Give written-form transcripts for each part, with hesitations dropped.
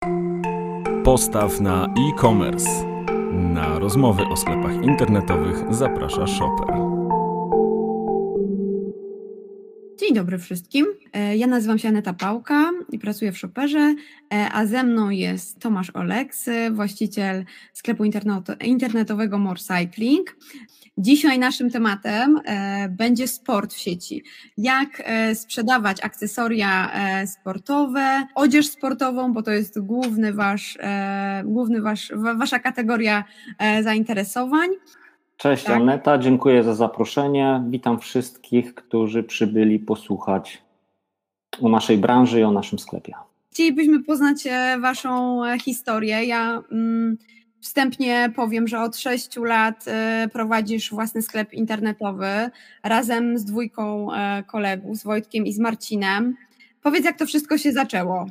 Postaw na e-commerce. Na rozmowy o sklepach internetowych zaprasza Shopper. Dzień dobry wszystkim. Ja nazywam się Aneta Pałka i pracuję w Shopperze, a ze mną jest Tomasz Oleksy, właściciel sklepu internetowego More Cycling. Dzisiaj naszym tematem będzie sport w sieci. Jak sprzedawać akcesoria sportowe, odzież sportową, bo to jest wasza kategoria zainteresowań. Cześć Tak. Aneta, dziękuję za zaproszenie. Witam wszystkich, którzy przybyli posłuchać o naszej branży i o naszym sklepie. Chcielibyśmy poznać waszą historię. Ja wstępnie powiem, że od 6 lat prowadzisz własny sklep internetowy razem z 2 kolegów, z Wojtkiem i z Marcinem. Powiedz, jak to wszystko się zaczęło?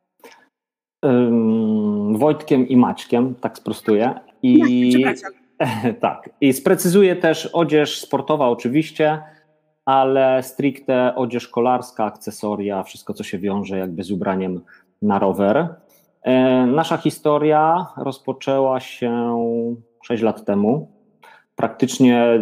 Wojtkiem i Maćkiem, tak sprostuję. Przepraszam. Tak, i sprecyzuję też odzież sportowa oczywiście, ale stricte odzież kolarska, akcesoria, wszystko co się wiąże jakby z ubraniem na rower. Nasza historia rozpoczęła się 6 lat temu, praktycznie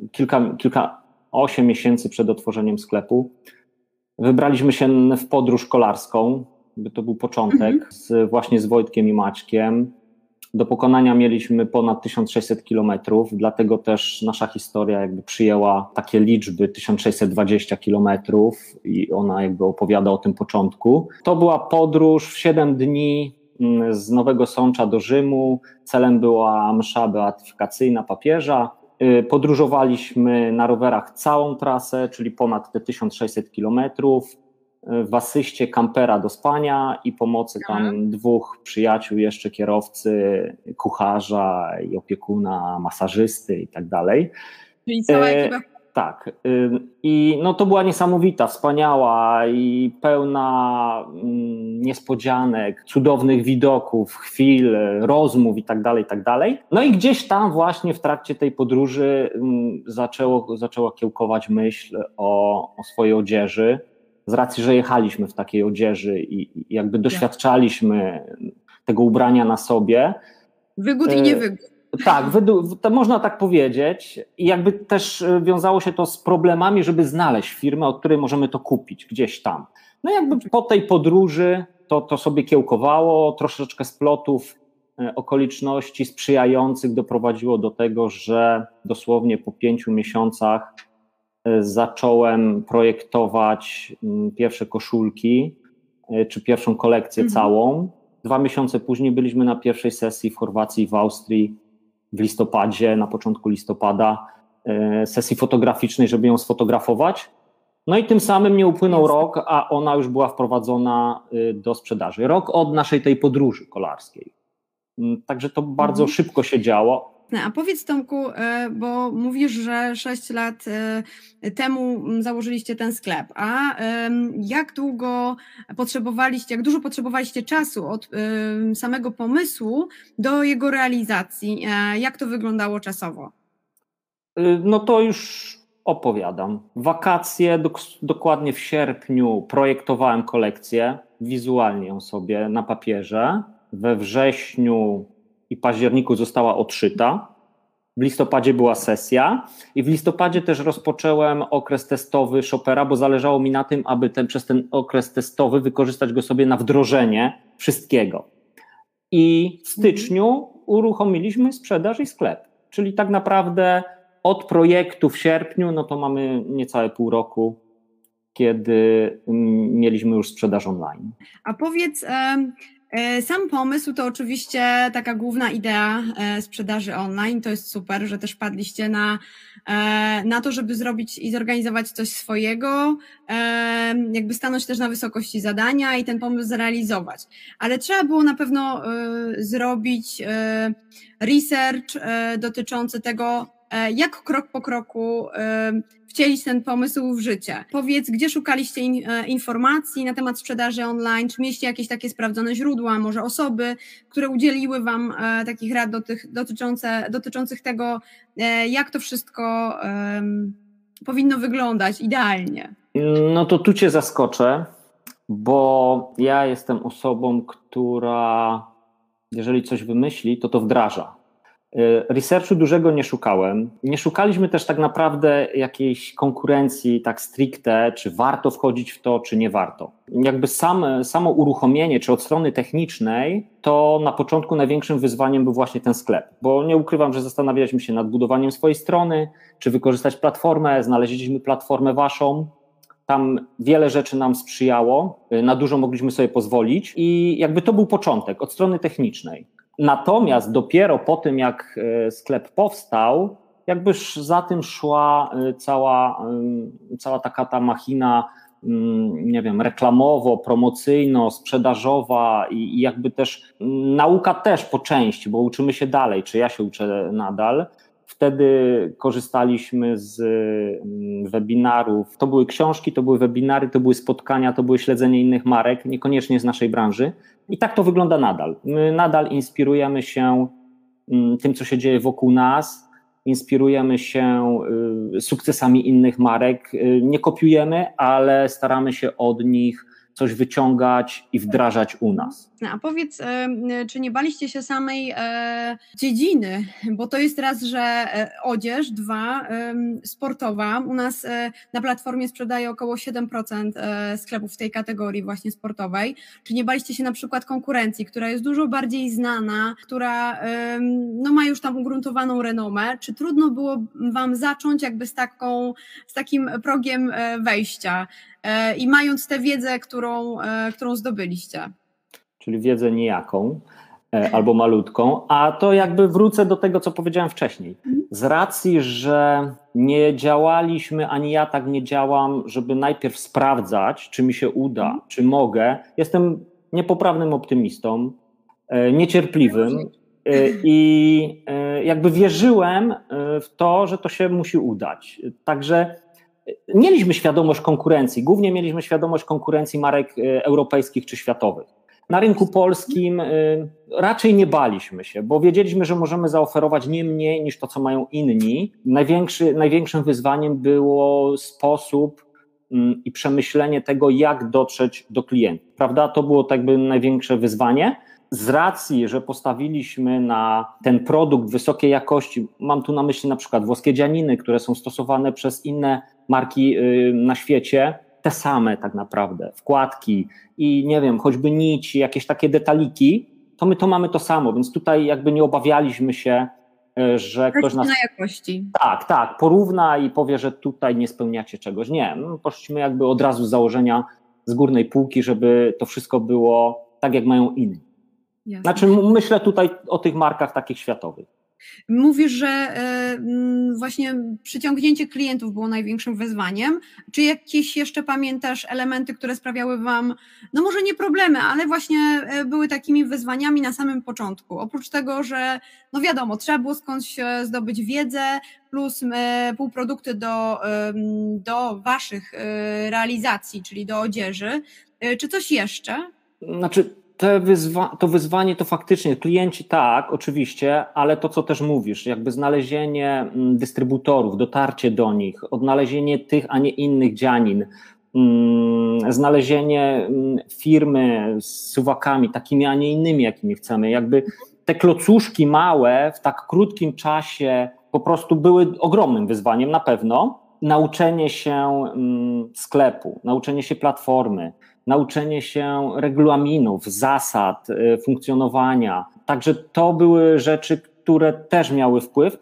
8 miesięcy przed otworzeniem sklepu. Wybraliśmy się w podróż kolarską, by to był początek, właśnie z Wojtkiem i Maćkiem. Do pokonania mieliśmy ponad 1600 kilometrów, dlatego też nasza historia jakby przyjęła takie liczby 1620 kilometrów i ona jakby opowiada o tym początku. To była podróż w 7 dni z Nowego Sącza do Rzymu. Celem była msza beatyfikacyjna papieża. Podróżowaliśmy na rowerach całą trasę, czyli ponad te 1600 kilometrów. W asyście kampera do spania i pomocy tam 2 przyjaciół, jeszcze kierowcy, kucharza i opiekuna, masażysty i tak dalej. Czyli cała ekipa. Tak. I no to była niesamowita, wspaniała i pełna niespodzianek, cudownych widoków, chwil, rozmów i tak dalej, i tak dalej. No i gdzieś tam właśnie w trakcie tej podróży zaczęła kiełkować myśl o swojej odzieży. Z racji, że jechaliśmy w takiej odzieży i jakby doświadczaliśmy tego ubrania na sobie. Wygód i niewygód. Tak, to można tak powiedzieć. I jakby też wiązało się to z problemami, żeby znaleźć firmę, od której możemy to kupić gdzieś tam. No jakby po tej podróży to sobie kiełkowało, troszeczkę splotów okoliczności sprzyjających doprowadziło do tego, że dosłownie po 5 miesiącach zacząłem projektować pierwsze koszulki, czy pierwszą kolekcję całą. 2 miesiące później byliśmy na pierwszej sesji w Chorwacji, w Austrii, w listopadzie, na początku listopada, sesji fotograficznej, żeby ją sfotografować. No i tym samym nie upłynął rok, a ona już była wprowadzona do sprzedaży. Rok od naszej tej podróży kolarskiej. Także to bardzo szybko się działo. A powiedz, Tomku, bo mówisz, że 6 lat temu założyliście ten sklep, a jak dużo potrzebowaliście czasu od samego pomysłu do jego realizacji? Jak to wyglądało czasowo? No to już opowiadam. Wakacje, dokładnie w sierpniu projektowałem kolekcję, wizualnie ją sobie na papierze. We wrześniu i październiku została odszyta. W listopadzie była sesja i w listopadzie też rozpocząłem okres testowy Shoppera, bo zależało mi na tym, aby przez ten okres testowy wykorzystać go sobie na wdrożenie wszystkiego. I w styczniu uruchomiliśmy sprzedaż i sklep. Czyli tak naprawdę od projektu w sierpniu, no to mamy niecałe pół roku, kiedy mieliśmy już sprzedaż online. A powiedz, sam pomysł to oczywiście taka główna idea sprzedaży online. To jest super, że też padliście na to, żeby zrobić i zorganizować coś swojego, jakby stanąć też na wysokości zadania i ten pomysł zrealizować. Ale trzeba było na pewno zrobić research dotyczący tego, jak krok po kroku wcielić ten pomysł w życie. Powiedz, gdzie szukaliście informacji na temat sprzedaży online, czy mieliście jakieś takie sprawdzone źródła, może osoby, które udzieliły wam takich rad dotyczących tego, jak to wszystko powinno wyglądać idealnie? No to tu cię zaskoczę, bo ja jestem osobą, która jeżeli coś wymyśli, to wdraża. Researchu dużego nie szukałem. Nie szukaliśmy też tak naprawdę jakiejś konkurencji tak stricte, czy warto wchodzić w to, czy nie warto. Jakby samo uruchomienie, czy od strony technicznej, to na początku największym wyzwaniem był właśnie ten sklep, bo nie ukrywam, że zastanawialiśmy się nad budowaniem swojej strony, czy wykorzystać platformę, znaleźliśmy platformę waszą. Tam wiele rzeczy nam sprzyjało, na dużo mogliśmy sobie pozwolić i jakby to był początek od strony technicznej. Natomiast dopiero po tym, jak sklep powstał, jakbyż za tym szła cała taka ta machina, nie wiem, reklamowo, promocyjno, sprzedażowa i jakby też nauka też po części, bo uczymy się dalej, czy ja się uczę nadal. Wtedy korzystaliśmy z webinarów. To były książki, to były webinary, to były spotkania, to były śledzenie innych marek, niekoniecznie z naszej branży. I tak to wygląda nadal. My nadal inspirujemy się tym, co się dzieje wokół nas, inspirujemy się sukcesami innych marek. Nie kopiujemy, ale staramy się od nich coś wyciągać i wdrażać u nas. A powiedz, czy nie baliście się samej dziedziny, bo to jest raz, że odzież, dwa, sportowa. U nas na platformie sprzedaje około 7% sklepów w tej kategorii właśnie sportowej. Czy nie baliście się na przykład konkurencji, która jest dużo bardziej znana, która ma już tam ugruntowaną renomę? Czy trudno było wam zacząć jakby z takim progiem wejścia i mając tę wiedzę, którą zdobyliście? Czyli wiedzę niejaką albo malutką, a to jakby wrócę do tego, co powiedziałem wcześniej. Z racji, że nie działaliśmy, ani ja tak nie działam, żeby najpierw sprawdzać, czy mi się uda, czy mogę. Jestem niepoprawnym optymistą, niecierpliwym i jakby wierzyłem w to, że to się musi udać. Także mieliśmy świadomość konkurencji, głównie mieliśmy świadomość konkurencji marek europejskich czy światowych. Na rynku polskim raczej nie baliśmy się, bo wiedzieliśmy, że możemy zaoferować nie mniej niż to, co mają inni. Największym wyzwaniem było sposób i przemyślenie tego, jak dotrzeć do klientów. Prawda? To było tak jakby największe wyzwanie. Z racji, że postawiliśmy na ten produkt wysokiej jakości, mam tu na myśli na przykład włoskie dzianiny, które są stosowane przez inne marki na świecie, te same tak naprawdę, wkładki i nie wiem, choćby nici, jakieś takie detaliki, to my to mamy to samo, więc tutaj jakby nie obawialiśmy się, że ktoś nas... na jakości. Tak, porówna i powie, że tutaj nie spełniacie czegoś. Nie, poszliśmy jakby od razu z założenia z górnej półki, żeby to wszystko było tak, jak mają inni. Jasne. Znaczy myślę tutaj o tych markach takich światowych. Mówisz, że właśnie przyciągnięcie klientów było największym wyzwaniem. Czy jakieś jeszcze pamiętasz elementy, które sprawiały wam, no może nie problemy, ale właśnie były takimi wyzwaniami na samym początku? Oprócz tego, że no wiadomo, trzeba było skądś zdobyć wiedzę, plus półprodukty do waszych realizacji, czyli do odzieży. Czy coś jeszcze? Znaczy to wyzwanie to faktycznie klienci tak, oczywiście, ale to co też mówisz, jakby znalezienie dystrybutorów, dotarcie do nich, odnalezienie tych, a nie innych dzianin, znalezienie firmy z suwakami takimi, a nie innymi, jakimi chcemy, jakby te klocuszki małe w tak krótkim czasie po prostu były ogromnym wyzwaniem na pewno. Nauczenie się sklepu, nauczenie się platformy, nauczenie się regulaminów, zasad funkcjonowania. Także to były rzeczy, które też miały wpływ,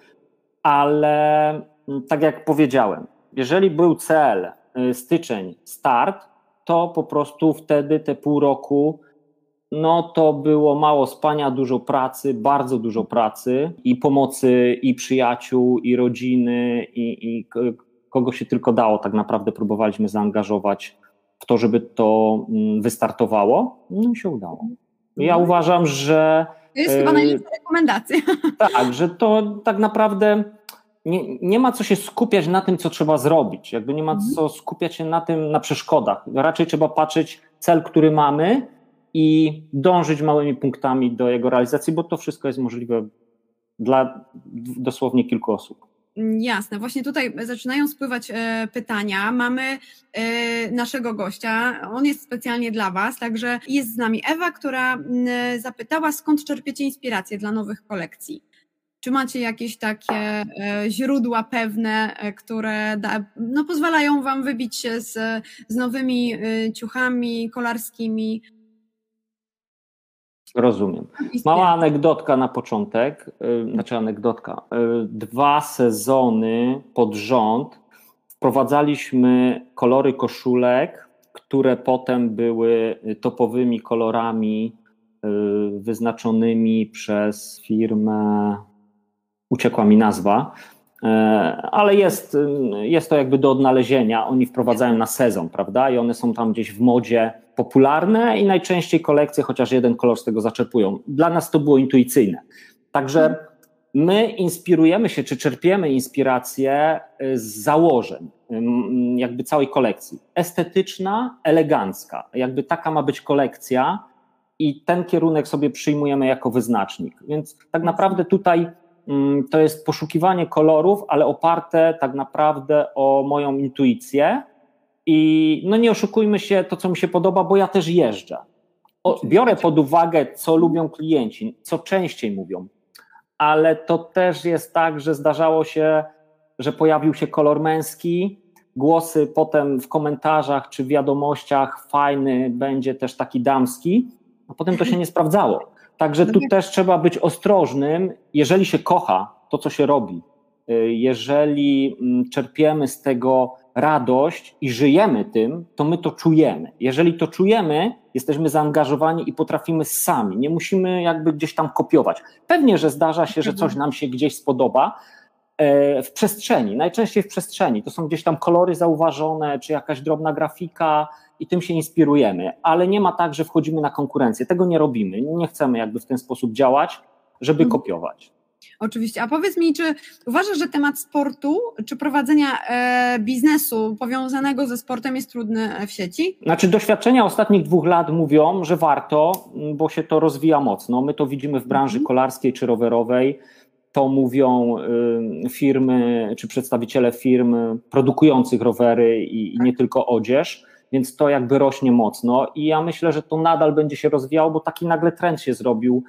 ale tak jak powiedziałem, jeżeli był cel, styczeń, start, to po prostu wtedy te pół roku, no to było mało spania, dużo pracy, bardzo dużo pracy i pomocy i przyjaciół, i rodziny, i kogo się tylko dało, tak naprawdę próbowaliśmy zaangażować w to, żeby to wystartowało, no i się udało. Ja uważam, że... To jest chyba najlepsza rekomendacja. Tak, że to tak naprawdę nie ma co się skupiać na tym, co trzeba zrobić. Jakby nie ma co skupiać się na przeszkodach. Raczej trzeba patrzeć cel, który mamy i dążyć małymi punktami do jego realizacji, bo to wszystko jest możliwe dla dosłownie kilku osób. Jasne, właśnie tutaj zaczynają spływać pytania. Mamy naszego gościa, on jest specjalnie dla Was, także jest z nami Ewa, która zapytała, skąd czerpiecie inspirację dla nowych kolekcji? Czy macie jakieś takie źródła pewne, które pozwalają Wam wybić się z nowymi ciuchami kolarskimi? Rozumiem. Mała anegdotka na początek, znaczy anegdotka. 2 sezony pod rząd wprowadzaliśmy kolory koszulek, które potem były topowymi kolorami wyznaczonymi przez firmę, uciekła mi nazwa, ale jest to jakby do odnalezienia. Oni wprowadzają na sezon, prawda? I one są tam gdzieś w modzie popularne i najczęściej kolekcje chociaż jeden kolor z tego zaczerpują. Dla nas to było intuicyjne. Także my inspirujemy się, czy czerpiemy inspirację z założeń jakby całej kolekcji. Estetyczna, elegancka. Jakby taka ma być kolekcja i ten kierunek sobie przyjmujemy jako wyznacznik. Więc tak naprawdę tutaj to jest poszukiwanie kolorów, ale oparte tak naprawdę o moją intuicję i no nie oszukujmy się, to co mi się podoba, bo ja też jeżdżę. Biorę pod uwagę, co lubią klienci, co częściej mówią, ale to też jest tak, że zdarzało się, że pojawił się kolor męski, głosy potem w komentarzach czy w wiadomościach, fajny będzie też taki damski, a potem to się nie sprawdzało. Także tu też trzeba być ostrożnym, jeżeli się kocha to, co się robi, jeżeli czerpiemy z tego radość i żyjemy tym, to my to czujemy. Jeżeli to czujemy, jesteśmy zaangażowani i potrafimy sami, nie musimy jakby gdzieś tam kopiować. Pewnie, że zdarza się, że coś nam się gdzieś spodoba w przestrzeni, najczęściej w przestrzeni, to są gdzieś tam kolory zauważone, czy jakaś drobna grafika i tym się inspirujemy, ale nie ma tak, że wchodzimy na konkurencję, tego nie robimy, nie chcemy jakby w ten sposób działać, żeby kopiować. Oczywiście, a powiedz mi, czy uważasz, że temat sportu, czy prowadzenia biznesu powiązanego ze sportem jest trudny w sieci? Znaczy doświadczenia ostatnich 2 lat mówią, że warto, bo się to rozwija mocno, my to widzimy w branży kolarskiej czy rowerowej, to mówią firmy czy przedstawiciele firm produkujących rowery i nie tylko odzież, więc to jakby rośnie mocno i ja myślę, że to nadal będzie się rozwijało, bo taki nagle trend się zrobił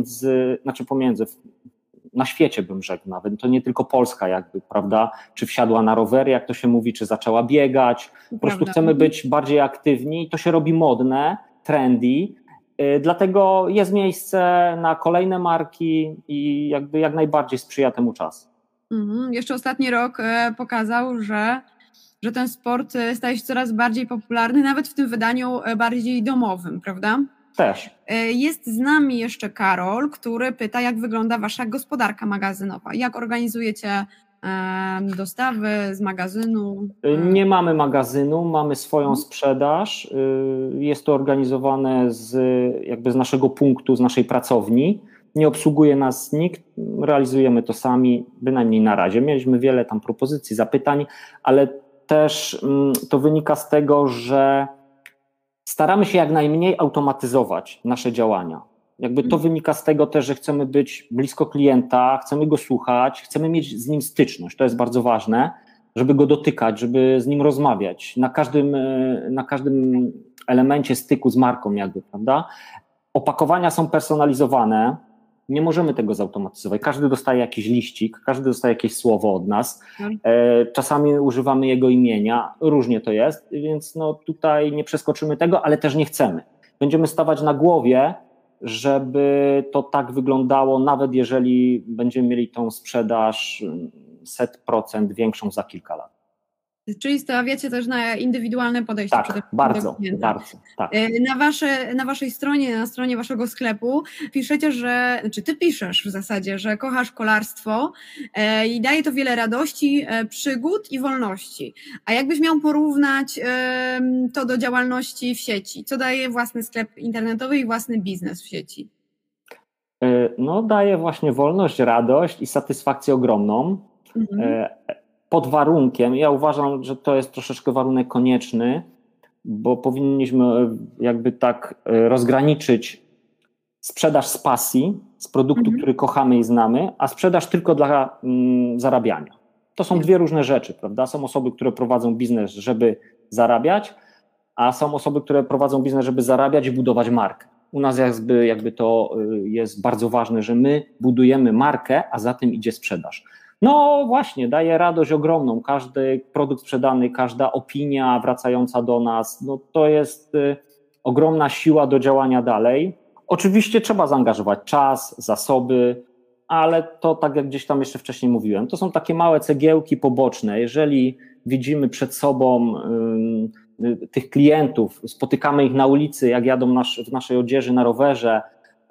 na świecie bym rzekł nawet, to nie tylko Polska jakby, prawda, czy wsiadła na rowery, jak to się mówi, czy zaczęła biegać, po prostu chcemy być bardziej aktywni i to się robi modne, trendy, dlatego jest miejsce na kolejne marki i jakby jak najbardziej sprzyja temu czas. Jeszcze ostatni rok pokazał, że ten sport staje się coraz bardziej popularny, nawet w tym wydaniu bardziej domowym, prawda? Też. Jest z nami jeszcze Karol, który pyta, jak wygląda wasza gospodarka magazynowa, jak organizujecie dostawy z magazynu? Nie mamy magazynu, mamy swoją sprzedaż, jest to organizowane z naszego punktu, z naszej pracowni, nie obsługuje nas nikt, realizujemy to sami, bynajmniej na razie. Mieliśmy wiele tam propozycji, zapytań, ale też to wynika z tego, że staramy się jak najmniej automatyzować nasze działania. Jakby to wynika z tego też, że chcemy być blisko klienta, chcemy go słuchać, chcemy mieć z nim styczność, to jest bardzo ważne, żeby go dotykać, żeby z nim rozmawiać na każdym elemencie styku z marką jakby, prawda? Opakowania są personalizowane, nie możemy tego zautomatyzować. Każdy dostaje jakiś liścik, każdy dostaje jakieś słowo od nas. Czasami używamy jego imienia, różnie to jest, więc no tutaj nie przeskoczymy tego, ale też nie chcemy. Będziemy stawać na głowie, żeby to tak wyglądało, nawet jeżeli będziemy mieli tą sprzedaż 100% większą za kilka lat. Czyli stawiacie też na indywidualne podejście. Tak, bardzo, tak. Na waszej stronie, na stronie waszego sklepu piszecie, czy ty piszesz w zasadzie, że kochasz kolarstwo i daje to wiele radości, przygód i wolności. A jakbyś miał porównać to do działalności w sieci? Co daje własny sklep internetowy i własny biznes w sieci? No daje właśnie wolność, radość i satysfakcję ogromną. Pod warunkiem, ja uważam, że to jest troszeczkę warunek konieczny, bo powinniśmy jakby tak rozgraniczyć sprzedaż z pasji, z produktu, który kochamy i znamy, a sprzedaż tylko dla zarabiania. To są dwie różne rzeczy, prawda? Są osoby, które prowadzą biznes, żeby zarabiać, a są osoby, które prowadzą biznes, żeby zarabiać i budować markę. U nas jakby to jest bardzo ważne, że my budujemy markę, a za tym idzie sprzedaż. No właśnie, daje radość ogromną. Każdy produkt sprzedany, każda opinia wracająca do nas, no to jest ogromna siła do działania dalej. Oczywiście trzeba zaangażować czas, zasoby, ale to tak jak gdzieś tam jeszcze wcześniej mówiłem, to są takie małe cegiełki poboczne. Jeżeli widzimy przed sobą tych klientów, spotykamy ich na ulicy, jak jadą w naszej odzieży na rowerze,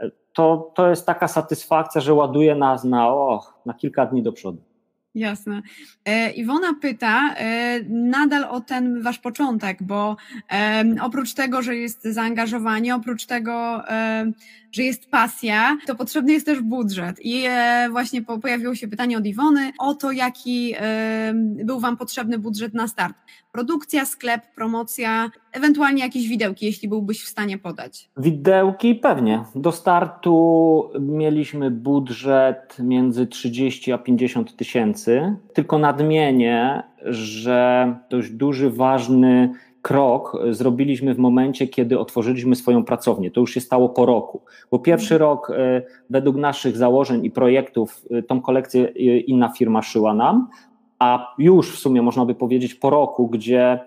to jest taka satysfakcja, że ładuje nas na kilka dni do przodu. Jasne. Iwona pyta nadal o ten wasz początek, bo oprócz tego, że jest zaangażowanie, oprócz tego, że jest pasja, to potrzebny jest też budżet. I właśnie pojawiło się pytanie od Iwony o to, jaki był wam potrzebny budżet na start. Produkcja, sklep, promocja, ewentualnie jakieś widełki, jeśli byłbyś w stanie podać. Widełki pewnie. Do startu mieliśmy budżet między 30 a 50 tysięcy. Tylko nadmienię, że dość duży, ważny krok zrobiliśmy w momencie, kiedy otworzyliśmy swoją pracownię. To już się stało po roku, bo pierwszy rok według naszych założeń i projektów tą kolekcję inna firma szyła nam, a już w sumie można by powiedzieć po roku, gdzie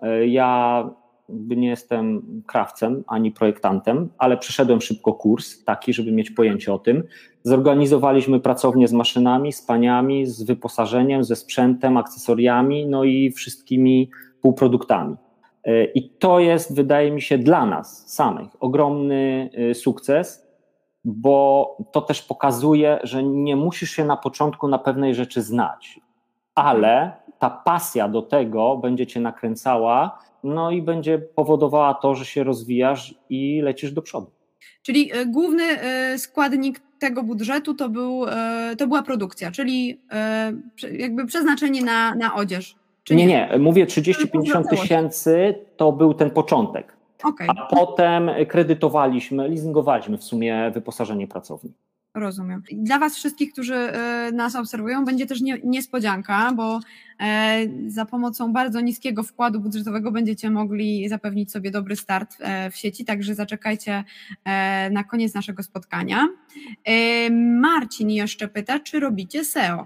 ja nie jestem krawcem ani projektantem, ale przeszedłem szybko kurs taki, żeby mieć pojęcie o tym. Zorganizowaliśmy pracownię z maszynami, z paniami, z wyposażeniem, ze sprzętem, akcesoriami, no i wszystkimi półproduktami. I to jest, wydaje mi się, dla nas samych ogromny sukces, bo to też pokazuje, że nie musisz się na początku na pewnej rzeczy znać, ale ta pasja do tego będzie cię nakręcała, no i będzie powodowała to, że się rozwijasz i lecisz do przodu. Czyli główny składnik tego budżetu to była produkcja, czyli jakby przeznaczenie na odzież. Nie, mówię 30-50 tysięcy to był ten początek, okay. A potem kredytowaliśmy, leasingowaliśmy w sumie wyposażenie pracowni. Rozumiem. Dla was wszystkich, którzy nas obserwują, będzie też niespodzianka, bo za pomocą bardzo niskiego wkładu budżetowego będziecie mogli zapewnić sobie dobry start w sieci, także zaczekajcie na koniec naszego spotkania. Marcin jeszcze pyta, czy robicie SEO?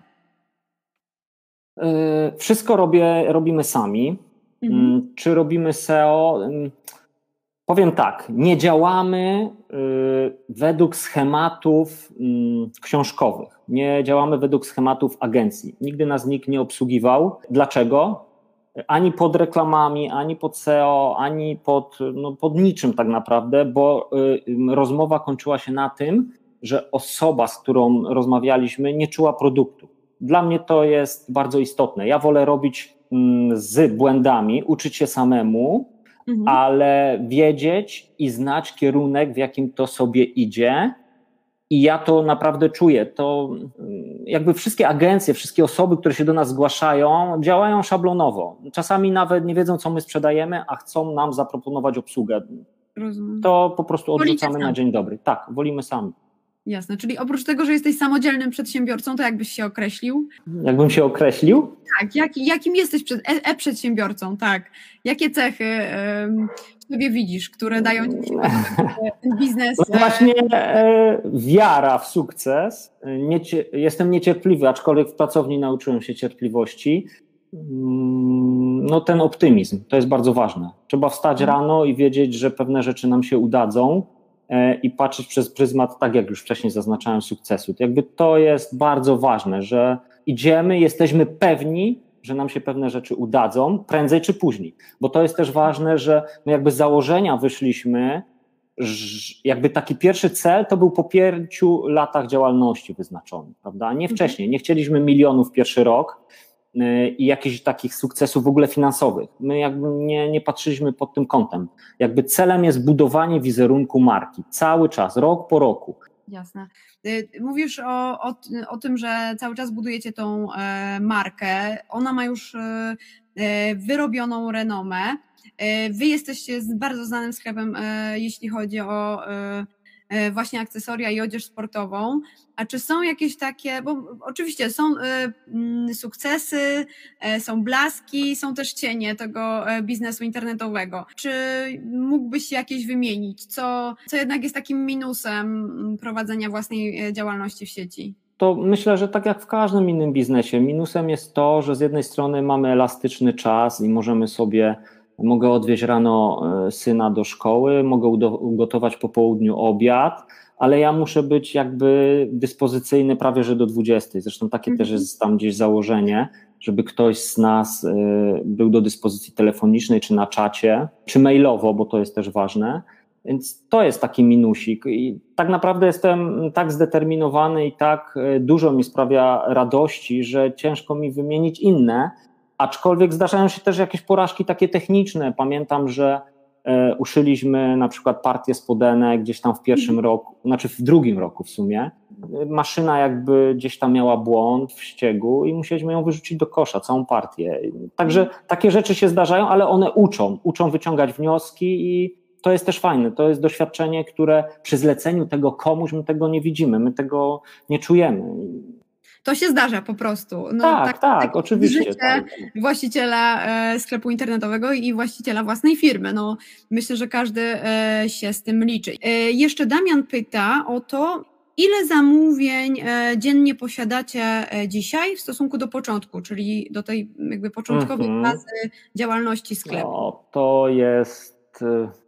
Wszystko robimy sami. Czy robimy SEO? Powiem tak, nie działamy według schematów książkowych, nie działamy według schematów agencji. Nigdy nas nikt nie obsługiwał. Dlaczego? Ani pod reklamami, ani pod SEO, ani pod niczym tak naprawdę, bo rozmowa kończyła się na tym, że osoba, z którą rozmawialiśmy, nie czuła produktu. Dla mnie to jest bardzo istotne. Ja wolę robić z błędami, uczyć się samemu, ale wiedzieć i znać kierunek, w jakim to sobie idzie, i ja to naprawdę czuję. To jakby wszystkie agencje, wszystkie osoby, które się do nas zgłaszają, działają szablonowo. Czasami nawet nie wiedzą, co my sprzedajemy, a chcą nam zaproponować obsługę. Rozumiem. To po prostu odrzucamy na dzień dobry. Tak, wolimy sami. Jasne, czyli oprócz tego, że jesteś samodzielnym przedsiębiorcą, to jakbyś się określił? Jakbym się określił? Tak, jakim jesteś przedsiębiorcą, tak. Jakie cechy w sobie widzisz, które dają ci siłę, ten biznes? No właśnie wiara w sukces. Jestem niecierpliwy, aczkolwiek w pracowni nauczyłem się cierpliwości. No ten optymizm, to jest bardzo ważne. Trzeba wstać rano i wiedzieć, że pewne rzeczy nam się udadzą, i patrzeć przez pryzmat, tak jak już wcześniej zaznaczałem, sukcesu. Jakby to jest bardzo ważne, że idziemy, jesteśmy pewni, że nam się pewne rzeczy udadzą prędzej czy później, bo to jest też ważne, że my jakby z założenia wyszliśmy, jakby taki pierwszy cel to był po 5 latach działalności wyznaczony, prawda? Nie wcześniej, nie chcieliśmy milionów pierwszy rok i jakichś takich sukcesów w ogóle finansowych. My jakby nie patrzyliśmy pod tym kątem. Jakby celem jest budowanie wizerunku marki. Cały czas, rok po roku. Jasne. Mówisz o tym, że cały czas budujecie tą markę. Ona ma już wyrobioną renomę. Wy jesteście z bardzo znanym sklepem, jeśli chodzi o właśnie akcesoria i odzież sportową. A czy są jakieś takie, bo oczywiście są sukcesy, są blaski, są też cienie tego biznesu internetowego. Czy mógłbyś jakieś wymienić, co jednak jest takim minusem prowadzenia własnej działalności w sieci? To myślę, że tak jak w każdym innym biznesie, minusem jest to, że z jednej strony mamy elastyczny czas i mogę odwieźć rano syna do szkoły, mogę ugotować po południu obiad, ale ja muszę być jakby dyspozycyjny prawie że do 20. Zresztą takie też jest tam gdzieś założenie, żeby ktoś z nas był do dyspozycji telefonicznej, czy na czacie, czy mailowo, bo to jest też ważne. Więc to jest taki minusik i tak naprawdę jestem tak zdeterminowany i tak dużo mi sprawia radości, że ciężko mi wymienić inne, aczkolwiek zdarzają się też jakieś porażki takie techniczne. Pamiętam, że uszyliśmy na przykład partię spodenek gdzieś tam w pierwszym roku, znaczy w drugim roku w sumie. Maszyna jakby gdzieś tam miała błąd w ściegu i musieliśmy ją wyrzucić do kosza, całą partię. Także takie rzeczy się zdarzają, ale one uczą wyciągać wnioski i to jest też fajne, to jest doświadczenie, które przy zleceniu tego komuś my tego nie widzimy, my tego nie czujemy. To się zdarza po prostu. No, tak, oczywiście. Życie właściciela sklepu internetowego i właściciela własnej firmy. No, myślę, że każdy się z tym liczy. Jeszcze Damian pyta o to, ile zamówień dziennie posiadacie dzisiaj w stosunku do początku, czyli do tej jakby początkowej fazy działalności sklepu? No, to jest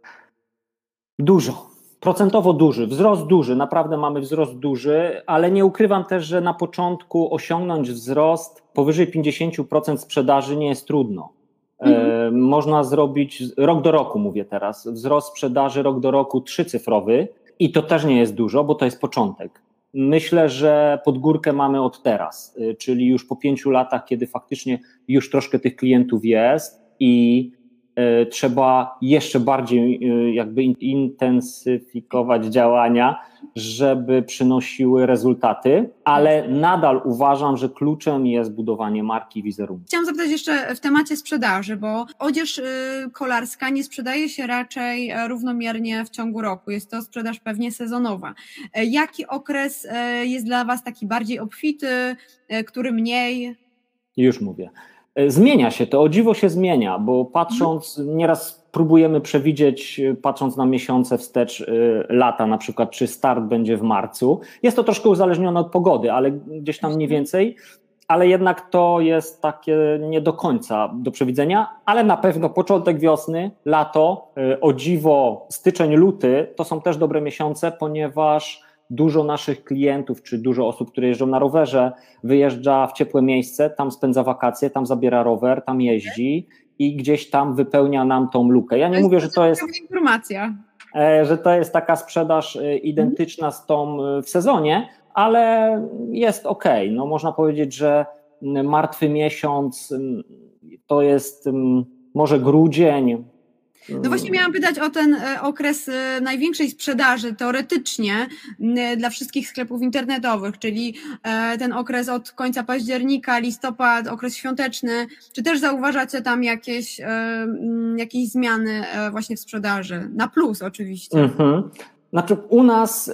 dużo. Procentowo duży, wzrost duży, naprawdę mamy wzrost duży, ale nie ukrywam też, że na początku osiągnąć wzrost powyżej 50% sprzedaży nie jest trudno. Można zrobić, rok do roku mówię teraz, wzrost sprzedaży rok do roku 3-cyfrowy i to też nie jest dużo, bo to jest początek. Myślę, że pod górkę mamy od teraz, czyli już po 5 latach, kiedy faktycznie już troszkę tych klientów jest i trzeba jeszcze bardziej jakby intensyfikować działania, żeby przynosiły rezultaty, ale nadal uważam, że kluczem jest budowanie marki i wizerunku. Chciałam zapytać jeszcze w temacie sprzedaży, bo odzież kolarska nie sprzedaje się raczej równomiernie w ciągu roku. Jest to sprzedaż pewnie sezonowa. Jaki okres jest dla Was taki bardziej obfity, który mniej? Już mówię. Zmienia się to, o dziwo się zmienia, bo patrząc, nieraz próbujemy przewidzieć, patrząc na miesiące wstecz lata, na przykład czy start będzie w marcu. Jest to troszkę uzależnione od pogody, ale gdzieś tam mniej więcej, ale jednak to jest takie nie do końca do przewidzenia, ale na pewno początek wiosny, lato, o dziwo styczeń, luty to są też dobre miesiące, ponieważ dużo naszych klientów, czy dużo osób, które jeżdżą na rowerze, wyjeżdża w ciepłe miejsce, tam spędza wakacje, tam zabiera rower, tam jeździ i gdzieś tam wypełnia nam tą lukę. Ja nie mówię, że to jest informacja, że to jest taka sprzedaż identyczna z tą w sezonie, ale jest okej. No można powiedzieć, że martwy miesiąc to jest może grudzień. No właśnie miałam pytać o ten okres największej sprzedaży teoretycznie dla wszystkich sklepów internetowych, czyli ten okres od końca października, listopad, okres świąteczny. Czy też zauważacie tam jakieś zmiany właśnie w sprzedaży? Na plus oczywiście. Znaczy u nas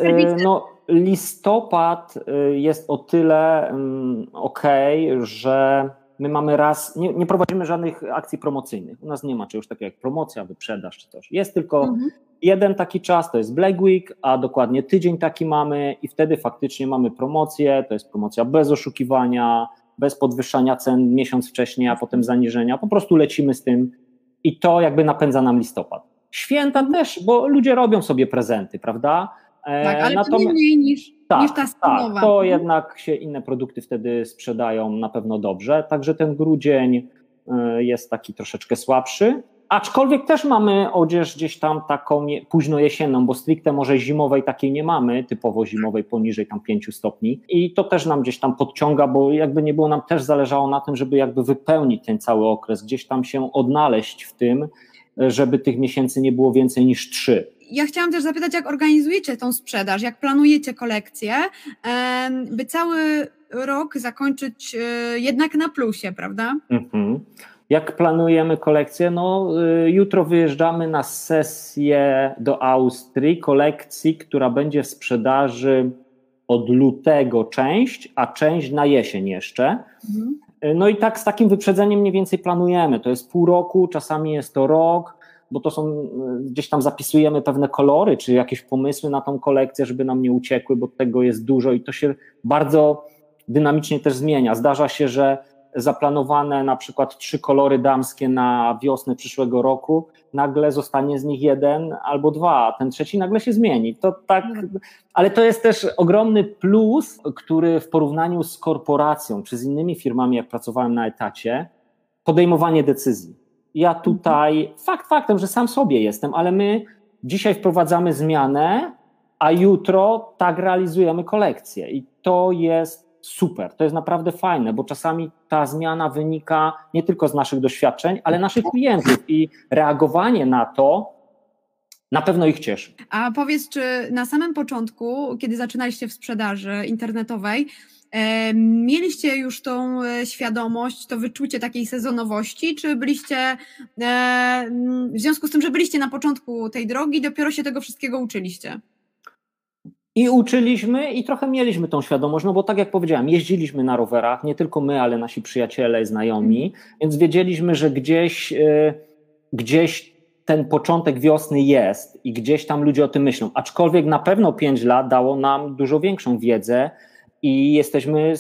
listopad jest o tyle okej, że my mamy nie prowadzimy żadnych akcji promocyjnych. U nas nie ma czegoś takiego jak promocja, wyprzedaż czy coś. Jest tylko jeden taki czas, to jest Black Week, a dokładnie tydzień taki mamy i wtedy faktycznie mamy promocję, to jest promocja bez oszukiwania, bez podwyższania cen miesiąc wcześniej, a potem zaniżenia. Po prostu lecimy z tym i to jakby napędza nam listopad. Święta też, bo ludzie robią sobie prezenty, prawda? Tak, ale to nie mniej niż ta stanowa. Tak, to jednak się inne produkty wtedy sprzedają na pewno dobrze, także ten grudzień jest taki troszeczkę słabszy, aczkolwiek też mamy odzież gdzieś tam taką późno jesienną, bo stricte może zimowej takiej nie mamy, typowo zimowej poniżej tam 5 stopni i to też nam gdzieś tam podciąga, bo jakby nie było, nam też zależało na tym, żeby jakby wypełnić ten cały okres, gdzieś tam się odnaleźć w tym, żeby tych miesięcy nie było więcej niż 3. Ja chciałam też zapytać, jak organizujecie tą sprzedaż, jak planujecie kolekcję, by cały rok zakończyć jednak na plusie, prawda? Jak planujemy kolekcję? Jutro wyjeżdżamy na sesję do Austrii kolekcji, która będzie w sprzedaży od lutego część, a część na jesień jeszcze. No i tak z takim wyprzedzeniem mniej więcej planujemy. To jest pół roku, czasami jest to rok, bo to są, gdzieś tam zapisujemy pewne kolory, czy jakieś pomysły na tą kolekcję, żeby nam nie uciekły, bo tego jest dużo i to się bardzo dynamicznie też zmienia. Zdarza się, że zaplanowane na przykład 3 kolory damskie na wiosnę przyszłego roku, nagle zostanie z nich 1 albo 2, a ten trzeci nagle się zmieni. To tak, ale to jest też ogromny plus, który w porównaniu z korporacją czy z innymi firmami, jak pracowałem na etacie, podejmowanie decyzji. Ja tutaj, faktem, że sam sobie jestem, ale my dzisiaj wprowadzamy zmianę, a jutro tak realizujemy kolekcję i to jest super, to jest naprawdę fajne, bo czasami ta zmiana wynika nie tylko z naszych doświadczeń, ale naszych klientów i reagowanie na to na pewno ich cieszy. A powiedz, czy na samym początku, kiedy zaczynaliście w sprzedaży internetowej, mieliście już tą świadomość, to wyczucie takiej sezonowości, czy byliście, w związku z tym, że byliście na początku tej drogi, dopiero się tego wszystkiego uczyliście? I uczyliśmy i trochę mieliśmy tą świadomość, no bo tak jak powiedziałem, jeździliśmy na rowerach, nie tylko my, ale nasi przyjaciele, znajomi, więc wiedzieliśmy, że gdzieś ten początek wiosny jest i gdzieś tam ludzie o tym myślą, aczkolwiek na pewno 5 lat dało nam dużo większą wiedzę i jesteśmy,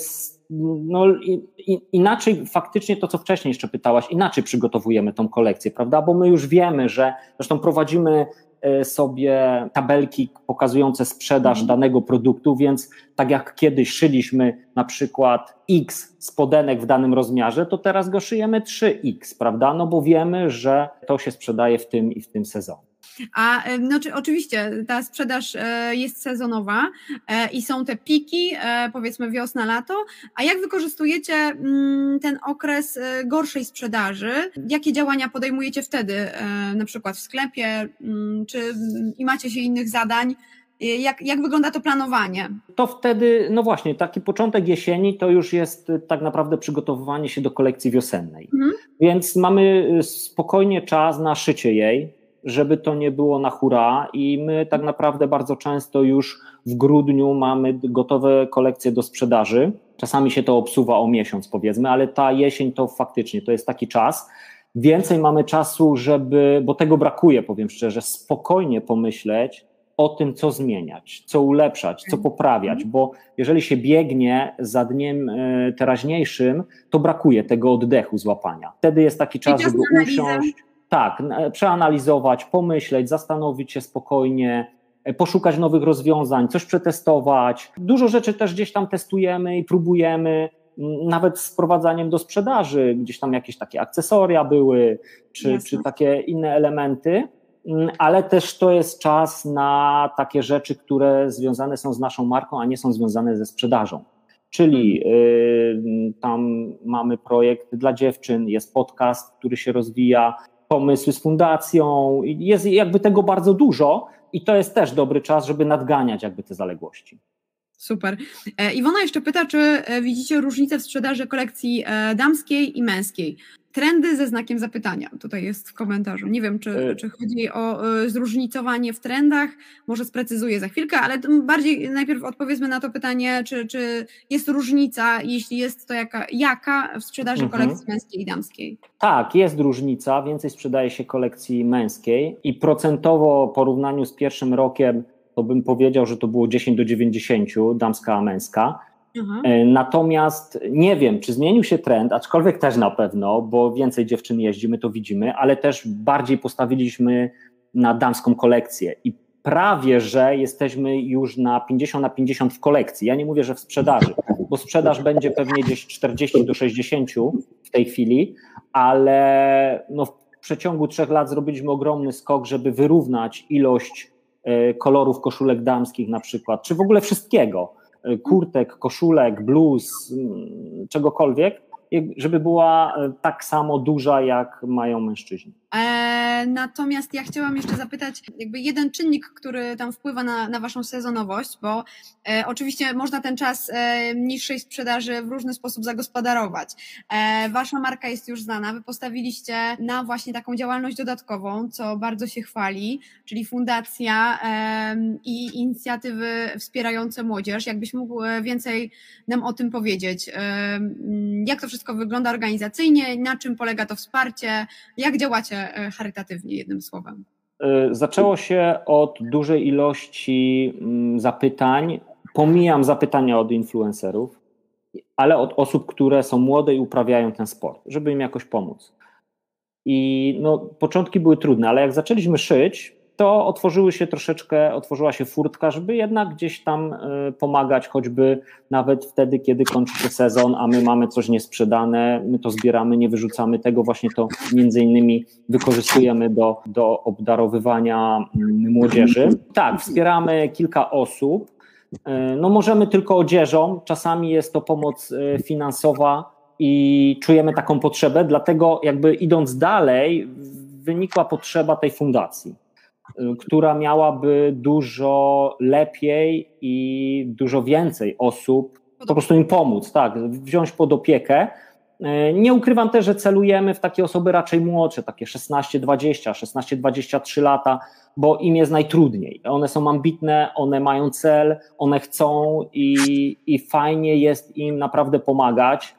inaczej faktycznie to, co wcześniej jeszcze pytałaś, inaczej przygotowujemy tą kolekcję, prawda, bo my już wiemy, że zresztą prowadzimy sobie tabelki pokazujące sprzedaż danego produktu, więc tak jak kiedyś szyliśmy na przykład X spodenek w danym rozmiarze, to teraz go szyjemy 3X, prawda, no bo wiemy, że to się sprzedaje w tym i w tym sezonie. A oczywiście ta sprzedaż jest sezonowa i są te piki, powiedzmy wiosna, lato, a jak wykorzystujecie ten okres gorszej sprzedaży? Jakie działania podejmujecie wtedy, na przykład w sklepie, czy i macie się innych zadań? Jak wygląda to planowanie? To wtedy, no właśnie, taki początek jesieni to już jest tak naprawdę przygotowywanie się do kolekcji wiosennej, więc mamy spokojnie czas na szycie jej, żeby to nie było na hura i my tak naprawdę bardzo często już w grudniu mamy gotowe kolekcje do sprzedaży. Czasami się to obsuwa o miesiąc powiedzmy, ale ta jesień to faktycznie to jest taki czas. Więcej mamy czasu, bo tego brakuje, powiem szczerze, spokojnie pomyśleć o tym, co zmieniać, co ulepszać, co poprawiać, bo jeżeli się biegnie za dniem teraźniejszym, to brakuje tego oddechu, złapania. Wtedy jest taki czas, żeby usiąść. Tak, przeanalizować, pomyśleć, zastanowić się spokojnie, poszukać nowych rozwiązań, coś przetestować. Dużo rzeczy też gdzieś tam testujemy i próbujemy, nawet z wprowadzaniem do sprzedaży, gdzieś tam jakieś takie akcesoria były, czy takie inne elementy, ale też to jest czas na takie rzeczy, które związane są z naszą marką, a nie są związane ze sprzedażą. Czyli tam mamy projekt dla dziewczyn, jest podcast, który się rozwija, pomysły z fundacją, jest jakby tego bardzo dużo i to jest też dobry czas, żeby nadganiać jakby te zaległości. Super. Iwona jeszcze pyta, czy widzicie różnicę w sprzedaży kolekcji damskiej i męskiej? Trendy ze znakiem zapytania, tutaj jest w komentarzu. Nie wiem, czy chodzi o zróżnicowanie w trendach, może sprecyzuję za chwilkę, ale bardziej najpierw odpowiedzmy na to pytanie, czy jest różnica, jeśli jest to jaka w sprzedaży kolekcji męskiej i damskiej? Tak, jest różnica, więcej sprzedaje się kolekcji męskiej i procentowo w porównaniu z pierwszym rokiem to bym powiedział, że to było 10:90, damska a męska. Natomiast nie wiem, czy zmienił się trend, aczkolwiek też na pewno, bo więcej dziewczyn jeździ, my to widzimy, ale też bardziej postawiliśmy na damską kolekcję i prawie, że jesteśmy już na 50/50 w kolekcji. Ja nie mówię, że w sprzedaży, bo sprzedaż będzie pewnie gdzieś 40/60 w tej chwili, ale no w przeciągu 3 lat zrobiliśmy ogromny skok, żeby wyrównać ilość kolorów koszulek damskich na przykład, czy w ogóle wszystkiego, kurtek, koszulek, bluz, czegokolwiek, żeby była tak samo duża, jak mają mężczyźni. Natomiast ja chciałam jeszcze zapytać, jakby jeden czynnik, który tam wpływa na waszą sezonowość, bo oczywiście można ten czas niższej sprzedaży w różny sposób zagospodarować. Wasza marka jest już znana, wy postawiliście na właśnie taką działalność dodatkową, co bardzo się chwali, czyli fundacja i inicjatywy wspierające młodzież. Jakbyś mógł więcej nam o tym powiedzieć? Jak to wszystko wygląda organizacyjnie, na czym polega to wsparcie, jak działacie charytatywnie, jednym słowem? Zaczęło się od dużej ilości zapytań. Pomijam zapytania od influencerów, ale od osób, które są młode i uprawiają ten sport, żeby im jakoś pomóc. I no, początki były trudne, ale jak zaczęliśmy szyć, to otworzyła się furtka, żeby jednak gdzieś tam pomagać, choćby nawet wtedy, kiedy kończy się sezon, a my mamy coś niesprzedane, my to zbieramy, nie wyrzucamy tego, właśnie to między innymi wykorzystujemy do obdarowywania młodzieży. Tak, wspieramy kilka osób, no możemy tylko odzieżą, czasami jest to pomoc finansowa i czujemy taką potrzebę, dlatego jakby idąc dalej wynikła potrzeba tej fundacji, która miałaby dużo lepiej i dużo więcej osób po prostu im pomóc, tak, wziąć pod opiekę. Nie ukrywam też, że celujemy w takie osoby raczej młodsze, takie 16-20, 16-23 lata, bo im jest najtrudniej. One są ambitne, one mają cel, one chcą i fajnie jest im naprawdę pomagać.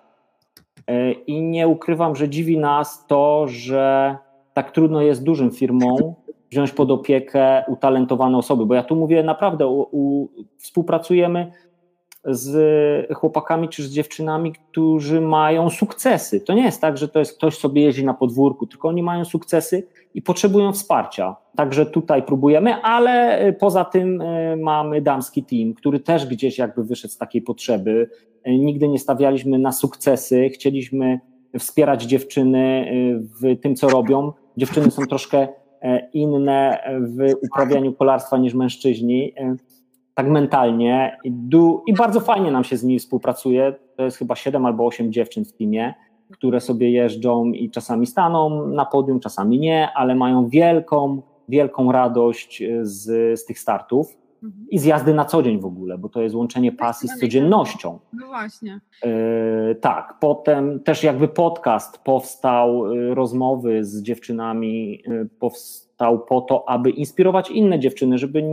I nie ukrywam, że dziwi nas to, że tak trudno jest dużym firmom wziąć pod opiekę utalentowane osoby, bo ja tu mówię naprawdę, współpracujemy z chłopakami czy z dziewczynami, którzy mają sukcesy. To nie jest tak, że to jest ktoś sobie jeździ na podwórku, tylko oni mają sukcesy i potrzebują wsparcia. Także tutaj próbujemy, ale poza tym mamy damski team, który też gdzieś jakby wyszedł z takiej potrzeby. Nigdy nie stawialiśmy na sukcesy, chcieliśmy wspierać dziewczyny w tym, co robią. Dziewczyny są troszkę inne w uprawianiu kolarstwa niż mężczyźni, tak mentalnie i bardzo fajnie nam się z nimi współpracuje. To jest chyba 7 albo 8 dziewczyn w teamie, które sobie jeżdżą i czasami staną na podium, czasami nie, ale mają wielką radość z tych startów i z jazdy na co dzień w ogóle, bo to jest łączenie pasji z codziennością. No właśnie. Tak, potem też jakby podcast powstał, rozmowy z dziewczynami powstał po to, aby inspirować inne dziewczyny, żeby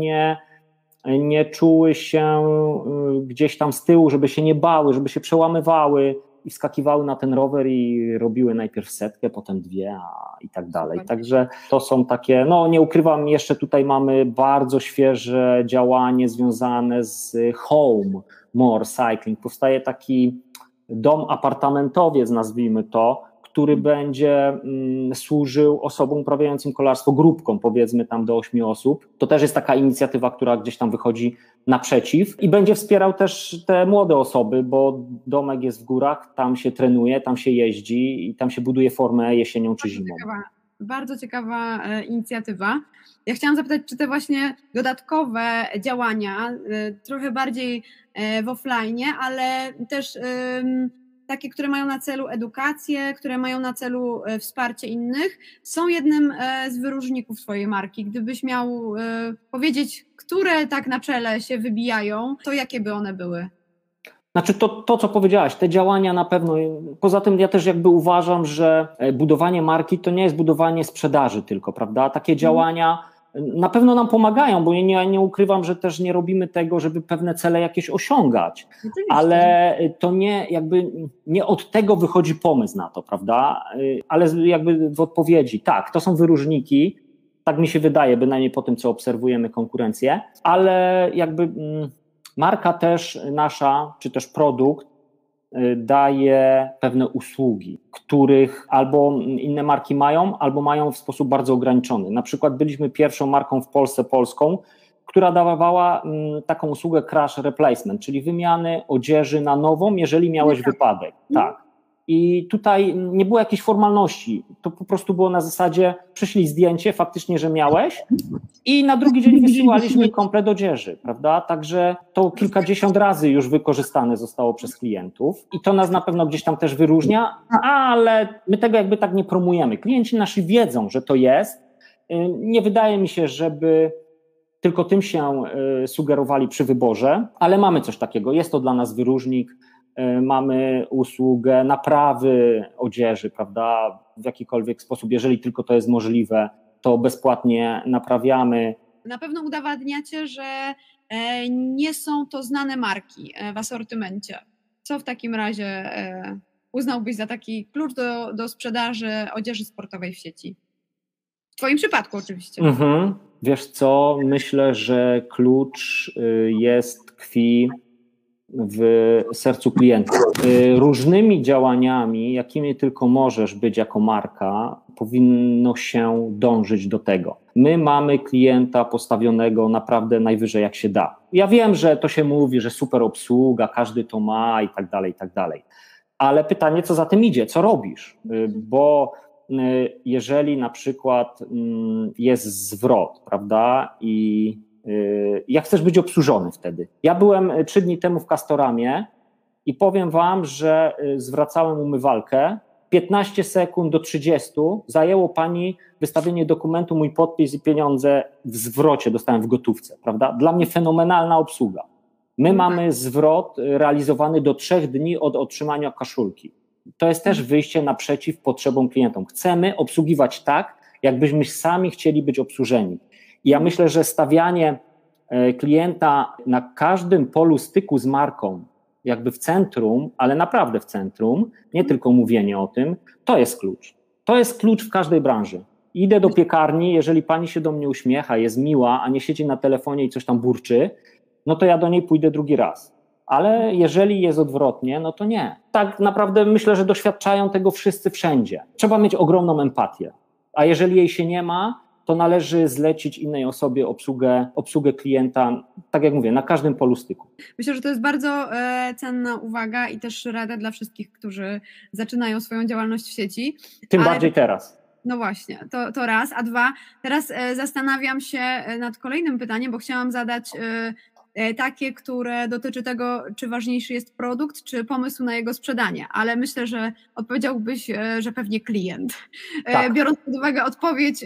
nie czuły się gdzieś tam z tyłu, żeby się nie bały, żeby się przełamywały i wskakiwały na ten rower i robiły najpierw 100, potem 2 i tak dalej. Także to są takie, no nie ukrywam, jeszcze tutaj mamy bardzo świeże działanie związane z Home More Cycling. Powstaje taki dom apartamentowiec, nazwijmy to, który będzie służył osobom uprawiającym kolarstwo, grupkom, powiedzmy tam do 8 osób. To też jest taka inicjatywa, która gdzieś tam wychodzi naprzeciw i będzie wspierał też te młode osoby, bo domek jest w górach, tam się trenuje, tam się jeździ i tam się buduje formę jesienią czy zimą. Bardzo ciekawa inicjatywa. Ja chciałam zapytać, czy te właśnie dodatkowe działania, trochę bardziej w offline, ale też takie, które mają na celu edukację, które mają na celu wsparcie innych, są jednym z wyróżników swojej marki. Gdybyś miał powiedzieć, które tak na czele się wybijają, to jakie by one były? Znaczy to, co powiedziałaś, te działania na pewno, poza tym ja też jakby uważam, że budowanie marki to nie jest budowanie sprzedaży tylko, prawda? Takie działania na pewno nam pomagają, bo nie ukrywam, że też nie robimy tego, żeby pewne cele jakieś osiągać, ale to nie od tego wychodzi pomysł na to, prawda? Ale jakby w odpowiedzi, tak, to są wyróżniki, tak mi się wydaje, bynajmniej po tym, co obserwujemy konkurencję, ale jakby marka też nasza, czy też produkt daje pewne usługi, których albo inne marki mają, albo mają w sposób bardzo ograniczony. Na przykład byliśmy pierwszą marką w Polsce polską, która dawała taką usługę crash replacement, czyli wymiany odzieży na nową, jeżeli miałeś wypadek. Tak. I tutaj nie było jakiejś formalności, to po prostu było na zasadzie, przyszli zdjęcie, faktycznie, że miałeś i na drugi dzień wysyłaliśmy komplet odzieży, prawda? Także to kilkadziesiąt razy już wykorzystane zostało przez klientów i to nas na pewno gdzieś tam też wyróżnia, ale my tego jakby tak nie promujemy. Klienci nasi wiedzą, że to jest. Nie wydaje mi się, żeby tylko tym się sugerowali przy wyborze, ale mamy coś takiego, jest to dla nas wyróżnik. Mamy usługę naprawy odzieży, prawda, w jakikolwiek sposób, jeżeli tylko to jest możliwe, to bezpłatnie naprawiamy. Na pewno udowadniacie, że nie są to znane marki w asortymencie. Co w takim razie uznałbyś za taki klucz do sprzedaży odzieży sportowej w sieci? W twoim przypadku oczywiście. Wiesz co, myślę, że klucz tkwi w sercu klienta. Różnymi działaniami, jakimi tylko możesz być jako marka, powinno się dążyć do tego. My mamy klienta postawionego naprawdę najwyżej jak się da. Ja wiem, że to się mówi, że super obsługa, każdy to ma i tak dalej. Ale pytanie, co za tym idzie, co robisz? Bo jeżeli na przykład jest zwrot, prawda, i jak chcesz być obsłużony wtedy. Ja byłem 3 dni temu w Castoramie i powiem wam, że zwracałem umywalkę, 15 sekund do 30 zajęło pani wystawienie dokumentu, mój podpis i pieniądze w zwrocie dostałem w gotówce, prawda? Dla mnie fenomenalna obsługa. My mamy zwrot realizowany do 3 dni od otrzymania koszulki. To jest też wyjście naprzeciw potrzebom klientom. Chcemy obsługiwać tak, jakbyśmy sami chcieli być obsłużeni. I ja myślę, że stawianie klienta na każdym polu styku z marką, jakby w centrum, ale naprawdę w centrum, nie tylko mówienie o tym, to jest klucz. To jest klucz w każdej branży. Idę do piekarni, jeżeli pani się do mnie uśmiecha, jest miła, a nie siedzi na telefonie i coś tam burczy, no to ja do niej pójdę drugi raz. Ale jeżeli jest odwrotnie, no to nie. Tak naprawdę myślę, że doświadczają tego wszyscy wszędzie. Trzeba mieć ogromną empatię, a jeżeli jej się nie ma, to należy zlecić innej osobie obsługę klienta, tak jak mówię, na każdym polu styku. Myślę, że to jest bardzo cenna uwaga i też rada dla wszystkich, którzy zaczynają swoją działalność w sieci. Tym bardziej teraz. No właśnie, to raz. A dwa, teraz zastanawiam się nad kolejnym pytaniem, bo chciałam zadać takie, które dotyczy tego, czy ważniejszy jest produkt, czy pomysł na jego sprzedanie, ale myślę, że odpowiedziałbyś, że pewnie klient. Tak. Biorąc pod uwagę odpowiedź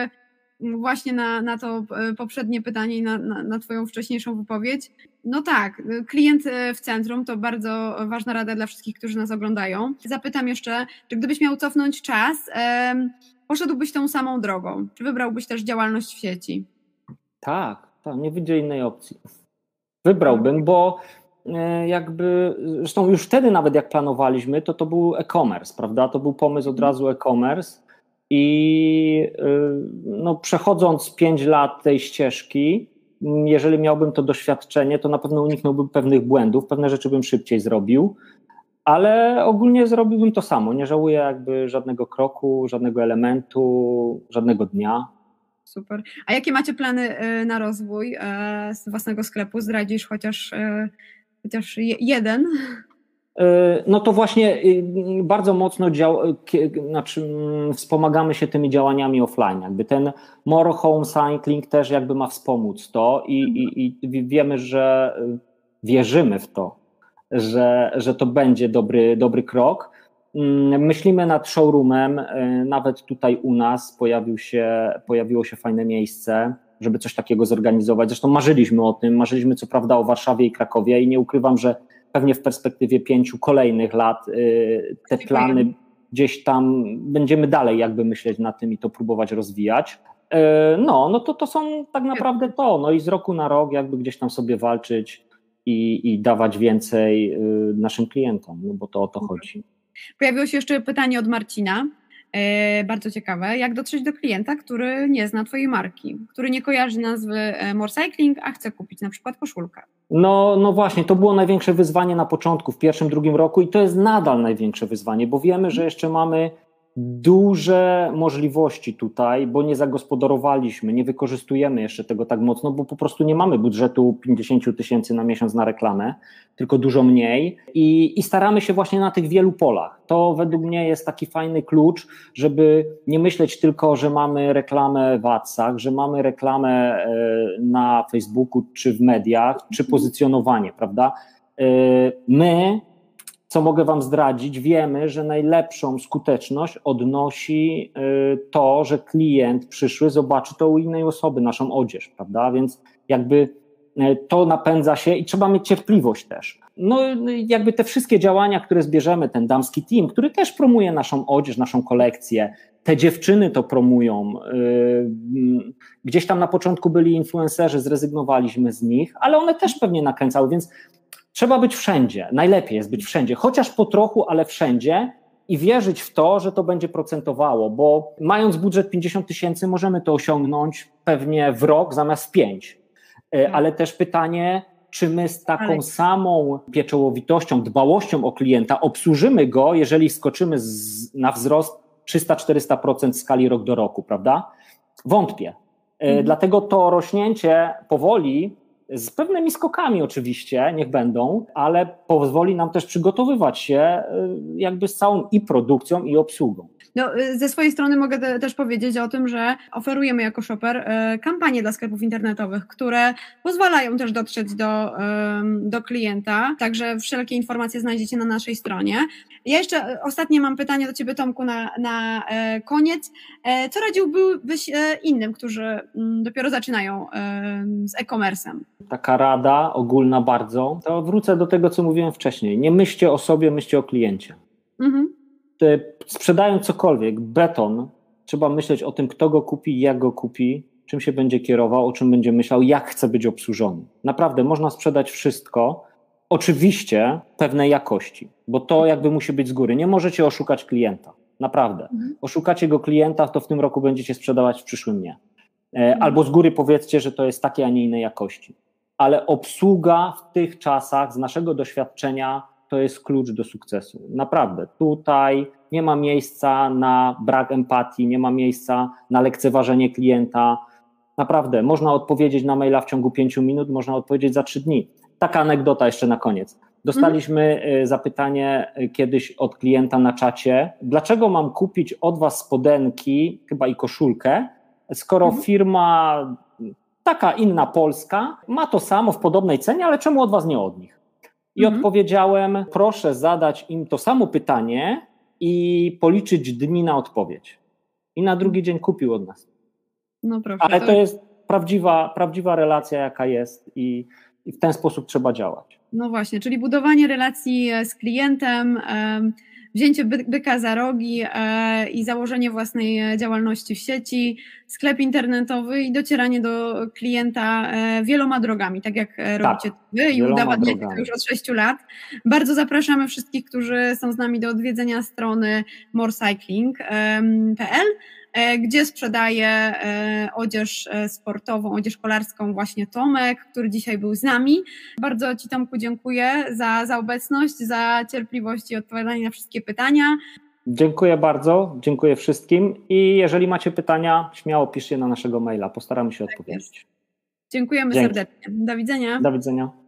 właśnie na to poprzednie pytanie i na twoją wcześniejszą wypowiedź, no tak, klient w centrum to bardzo ważna rada dla wszystkich, którzy nas oglądają. Zapytam jeszcze, czy gdybyś miał cofnąć czas, poszedłbyś tą samą drogą? Czy wybrałbyś też działalność w sieci? Tak, nie widzę innej opcji. Wybrałbym, bo jakby, zresztą już wtedy nawet jak planowaliśmy, to był e-commerce, prawda? To był pomysł od razu e-commerce i no, przechodząc 5 lat tej ścieżki, jeżeli miałbym to doświadczenie, to na pewno uniknąłbym pewnych błędów, pewne rzeczy bym szybciej zrobił, ale ogólnie zrobiłbym to samo. Nie żałuję jakby żadnego kroku, żadnego elementu, żadnego dnia. Super. A jakie macie plany na rozwój z własnego sklepu? Zdradzisz chociaż jeden? No to właśnie bardzo mocno wspomagamy się tymi działaniami offline. Jakby ten More Home Cycling też jakby ma wspomóc to i wiemy, że wierzymy w to, że to będzie dobry krok. Myślimy nad showroomem, nawet tutaj u nas pojawiło się fajne miejsce, żeby coś takiego zorganizować. Zresztą marzyliśmy co prawda o Warszawie i Krakowie i nie ukrywam, że pewnie w perspektywie 5 kolejnych lat te plany gdzieś tam będziemy dalej jakby myśleć nad tym i to próbować rozwijać. No to są tak naprawdę to. No i z roku na rok jakby gdzieś tam sobie walczyć i dawać więcej naszym klientom, no bo to o to chodzi. Pojawiło się jeszcze pytanie od Marcina, bardzo ciekawe. Jak dotrzeć do klienta, który nie zna twojej marki, który nie kojarzy nazwy More Cycling, a chce kupić na przykład koszulkę? No właśnie, to było największe wyzwanie na początku, w pierwszym, drugim roku i to jest nadal największe wyzwanie, bo wiemy, że jeszcze mamy duże możliwości tutaj, bo nie zagospodarowaliśmy, nie wykorzystujemy jeszcze tego tak mocno, bo po prostu nie mamy budżetu 50 000 na miesiąc na reklamę, tylko dużo mniej i staramy się właśnie na tych wielu polach. To według mnie jest taki fajny klucz, żeby nie myśleć tylko, że mamy reklamę w adsach, że mamy reklamę na Facebooku czy w mediach, czy pozycjonowanie, prawda? My, co mogę wam zdradzić, wiemy, że najlepszą skuteczność odnosi to, że klient przyszły zobaczy to u innej osoby, naszą odzież, prawda? Więc jakby to napędza się i trzeba mieć cierpliwość też. No jakby te wszystkie działania, które zbierzemy, ten damski team, który też promuje naszą odzież, naszą kolekcję, te dziewczyny to promują, gdzieś tam na początku byli influencerzy, zrezygnowaliśmy z nich, ale one też pewnie nakręcały, więc trzeba być wszędzie, najlepiej jest być wszędzie, chociaż po trochu, ale wszędzie i wierzyć w to, że to będzie procentowało, bo mając budżet 50 000 możemy to osiągnąć pewnie w rok zamiast w 5, ale też pytanie, czy my z taką samą pieczołowitością, dbałością o klienta obsłużymy go, jeżeli skoczymy na wzrost 300-400% w skali rok do roku, prawda? Wątpię. Dlatego to rośnięcie powoli, z pewnymi skokami oczywiście, niech będą, ale pozwoli nam też przygotowywać się jakby z całą i produkcją, i obsługą. No, ze swojej strony mogę też powiedzieć o tym, że oferujemy jako Shopper kampanie dla sklepów internetowych, które pozwalają też dotrzeć do klienta, także wszelkie informacje znajdziecie na naszej stronie. Ja jeszcze ostatnie mam pytanie do Ciebie, Tomku, na koniec. Co radziłbyś innym, którzy dopiero zaczynają z e-commerce'em? Taka rada ogólna bardzo, to wrócę do tego, co mówiłem wcześniej. Nie myślcie o sobie, myślcie o kliencie. Sprzedając cokolwiek, beton, trzeba myśleć o tym, kto go kupi, jak go kupi, czym się będzie kierował, o czym będzie myślał, jak chce być obsłużony. Naprawdę, można sprzedać wszystko, oczywiście pewnej jakości, bo to jakby musi być z góry. Nie możecie oszukać klienta, naprawdę. Oszukacie go klienta, to w tym roku będziecie sprzedawać, w przyszłym nie. Albo z góry powiedzcie, że to jest takiej, a nie innej jakości. Ale obsługa w tych czasach, z naszego doświadczenia, to jest klucz do sukcesu. Naprawdę. Tutaj nie ma miejsca na brak empatii, nie ma miejsca na lekceważenie klienta. Naprawdę, można odpowiedzieć na maila w ciągu 5 minut, można odpowiedzieć za 3 dni. Taka anegdota jeszcze na koniec. Dostaliśmy zapytanie kiedyś od klienta na czacie, dlaczego mam kupić od was spodenki, chyba i koszulkę, skoro firma taka inna polska ma to samo w podobnej cenie, ale czemu od was, nie od nich? I odpowiedziałem, proszę zadać im to samo pytanie i policzyć dni na odpowiedź. I na drugi dzień kupił od nas. No proszę, ale to jest prawdziwa relacja, jaka jest i w ten sposób trzeba działać. No właśnie, czyli budowanie relacji z klientem, wzięcie byka za rogi i założenie własnej działalności w sieci, sklep internetowy i docieranie do klienta wieloma drogami, tak jak robicie wy i udowadniacie to już od 6 lat. Bardzo zapraszamy wszystkich, którzy są z nami, do odwiedzenia strony morecycling.pl, gdzie sprzedaje odzież sportową, odzież kolarską właśnie Tomek, który dzisiaj był z nami. Bardzo Ci, Tomku, dziękuję za obecność, za cierpliwość i odpowiadanie na wszystkie pytania. Dziękuję bardzo, dziękuję wszystkim i jeżeli macie pytania, śmiało piszcie na naszego maila, postaramy się odpowiedzieć. Dziękujemy serdecznie. Do widzenia. Do widzenia.